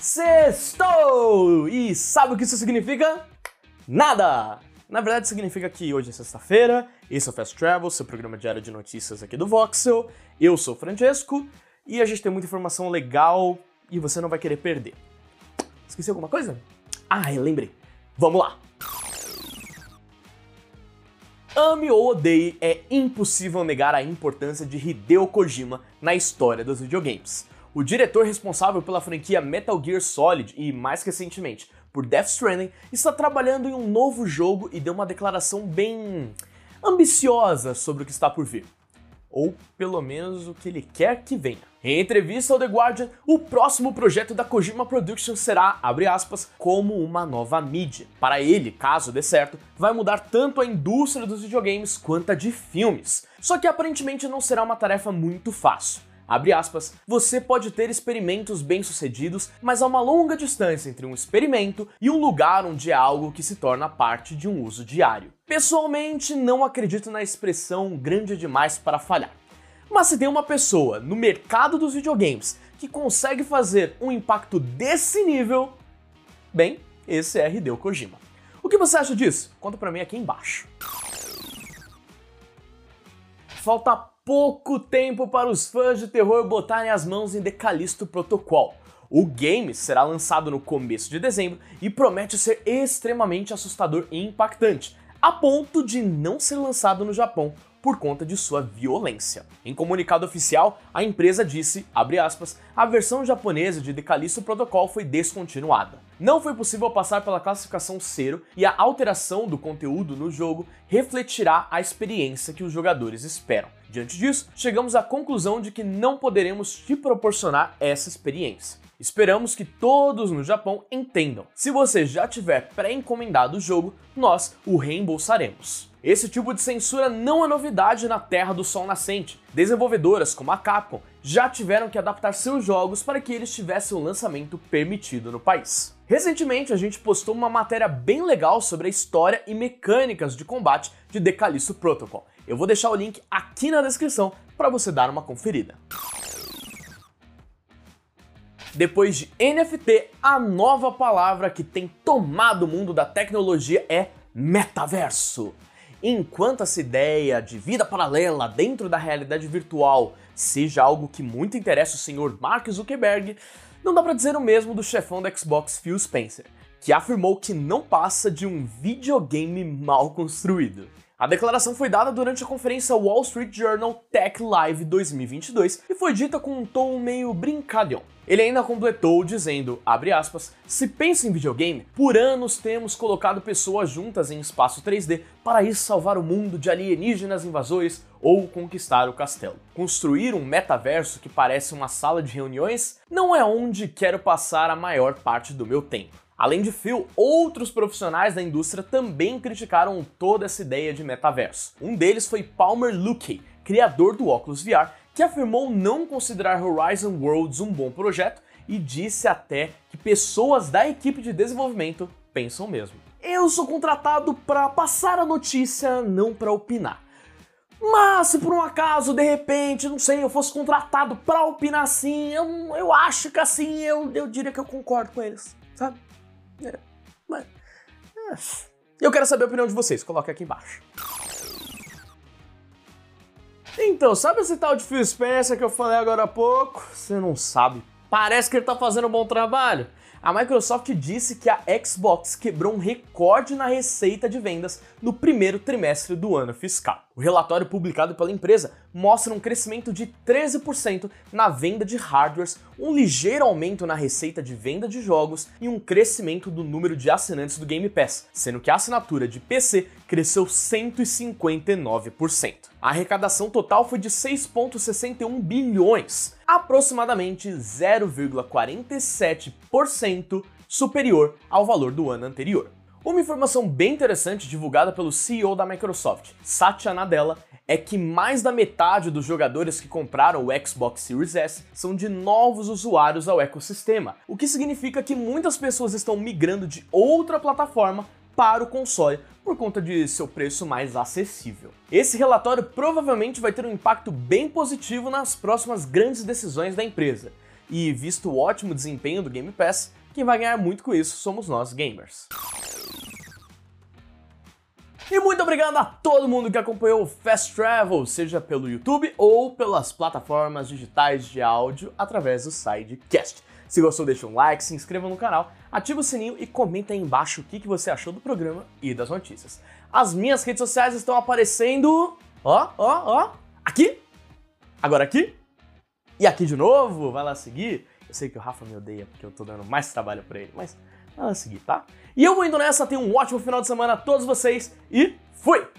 Sextou! E sabe o que isso significa? Nada! Na verdade significa que hoje é sexta-feira, esse é o Fast Travel, seu programa diário de notícias aqui do Voxel. Eu sou o Francesco e a gente tem muita informação legal e você não vai querer perder. Esqueci alguma coisa? Ah, eu lembrei. Vamos lá! Ame ou odeie, é impossível negar a importância de Hideo Kojima na história dos videogames. O diretor responsável pela franquia Metal Gear Solid e, mais recentemente, por Death Stranding, está trabalhando em um novo jogo e deu uma declaração bem ambiciosa sobre o que está por vir. Ou, pelo menos, o que ele quer que venha. Em entrevista ao The Guardian, o próximo projeto da Kojima Productions será, abre aspas, como uma nova mídia. Para ele, caso dê certo, vai mudar tanto a indústria dos videogames quanto a de filmes. Só que aparentemente não será uma tarefa muito fácil. Abre aspas, você pode ter experimentos bem-sucedidos, mas há uma longa distância entre um experimento e um lugar onde é algo que se torna parte de um uso diário. Pessoalmente, não acredito na expressão grande demais para falhar. Mas se tem uma pessoa no mercado dos videogames que consegue fazer um impacto desse nível, bem, esse é Hideo Kojima. O que você acha disso? Conta pra mim aqui embaixo. Falta pouco tempo para os fãs de terror botarem as mãos em The Callisto Protocol. O game será lançado no começo de dezembro e promete ser extremamente assustador e impactante, a ponto de não ser lançado no Japão por conta de sua violência. Em comunicado oficial, a empresa disse, abre aspas, a versão japonesa de The Callisto Protocol foi descontinuada. Não foi possível passar pela classificação 0 e a alteração do conteúdo no jogo refletirá a experiência que os jogadores esperam. Diante disso, chegamos à conclusão de que não poderemos te proporcionar essa experiência. Esperamos que todos no Japão entendam. Se você já tiver pré-encomendado o jogo, nós o reembolsaremos. Esse tipo de censura não é novidade na Terra do Sol Nascente. Desenvolvedoras como a Capcom já tiveram que adaptar seus jogos para que eles tivessem o lançamento permitido no país. Recentemente a gente postou uma matéria bem legal sobre a história e mecânicas de combate de The Callisto Protocol. Eu vou deixar o link aqui na descrição para você dar uma conferida. Depois de NFT, a nova palavra que tem tomado o mundo da tecnologia é metaverso. Enquanto essa ideia de vida paralela dentro da realidade virtual seja algo que muito interessa o senhor Mark Zuckerberg, não dá pra dizer o mesmo do chefão da Xbox, Phil Spencer, que afirmou que não passa de um videogame mal construído. A declaração foi dada durante a conferência Wall Street Journal Tech Live 2022 e foi dita com um tom meio brincalhão. Ele ainda completou dizendo, abre aspas, se pensa em videogame, por anos temos colocado pessoas juntas em espaço 3D para ir salvar o mundo de alienígenas invasores ou conquistar o castelo. Construir um metaverso que parece uma sala de reuniões não é onde quero passar a maior parte do meu tempo. Além de Phil, outros profissionais da indústria também criticaram toda essa ideia de metaverso. Um deles foi Palmer Luckey, criador do óculos VR, que afirmou não considerar Horizon Worlds um bom projeto e disse até que pessoas da equipe de desenvolvimento pensam mesmo. Eu sou contratado para passar a notícia, não para opinar. Mas se por um acaso, de repente, não sei, eu fosse contratado para opinar sim, eu acho que assim, eu diria que eu concordo com eles, sabe? Eu quero saber a opinião de vocês, coloque aqui embaixo. Então, sabe esse tal de Phil Spencer que eu falei agora há pouco? Você não sabe. Parece que ele tá fazendo um bom trabalho. A Microsoft disse que a Xbox quebrou um recorde na receita de vendas no primeiro trimestre do ano fiscal. O relatório publicado pela empresa mostra um crescimento de 13% na venda de hardwares, um ligeiro aumento na receita de venda de jogos e um crescimento do número de assinantes do Game Pass, sendo que a assinatura de PC cresceu 159%. A arrecadação total foi de 6,61 bilhões, aproximadamente 0,47% superior ao valor do ano anterior. Uma informação bem interessante divulgada pelo CEO da Microsoft, Satya Nadella, é que mais da metade dos jogadores que compraram o Xbox Series S são de novos usuários ao ecossistema, o que significa que muitas pessoas estão migrando de outra plataforma para o console por conta de seu preço mais acessível. Esse relatório provavelmente vai ter um impacto bem positivo nas próximas grandes decisões da empresa. e visto o ótimo desempenho do Game Pass, quem vai ganhar muito com isso somos nós gamers. E muito obrigado a todo mundo que acompanhou o Fast Travel, seja pelo YouTube ou pelas plataformas digitais de áudio através do Sidecast. Se gostou, deixa um like, se inscreva no canal, ativa o sininho e comenta aí embaixo o que você achou do programa e das notícias. As minhas redes sociais estão aparecendo... aqui, agora aqui, e aqui de novo, vai lá seguir. Eu sei que o Rafa me odeia porque eu tô dando mais trabalho pra ele, mas vai lá seguir, tá? E eu vou indo nessa, tenham um ótimo final de semana a todos vocês e fui!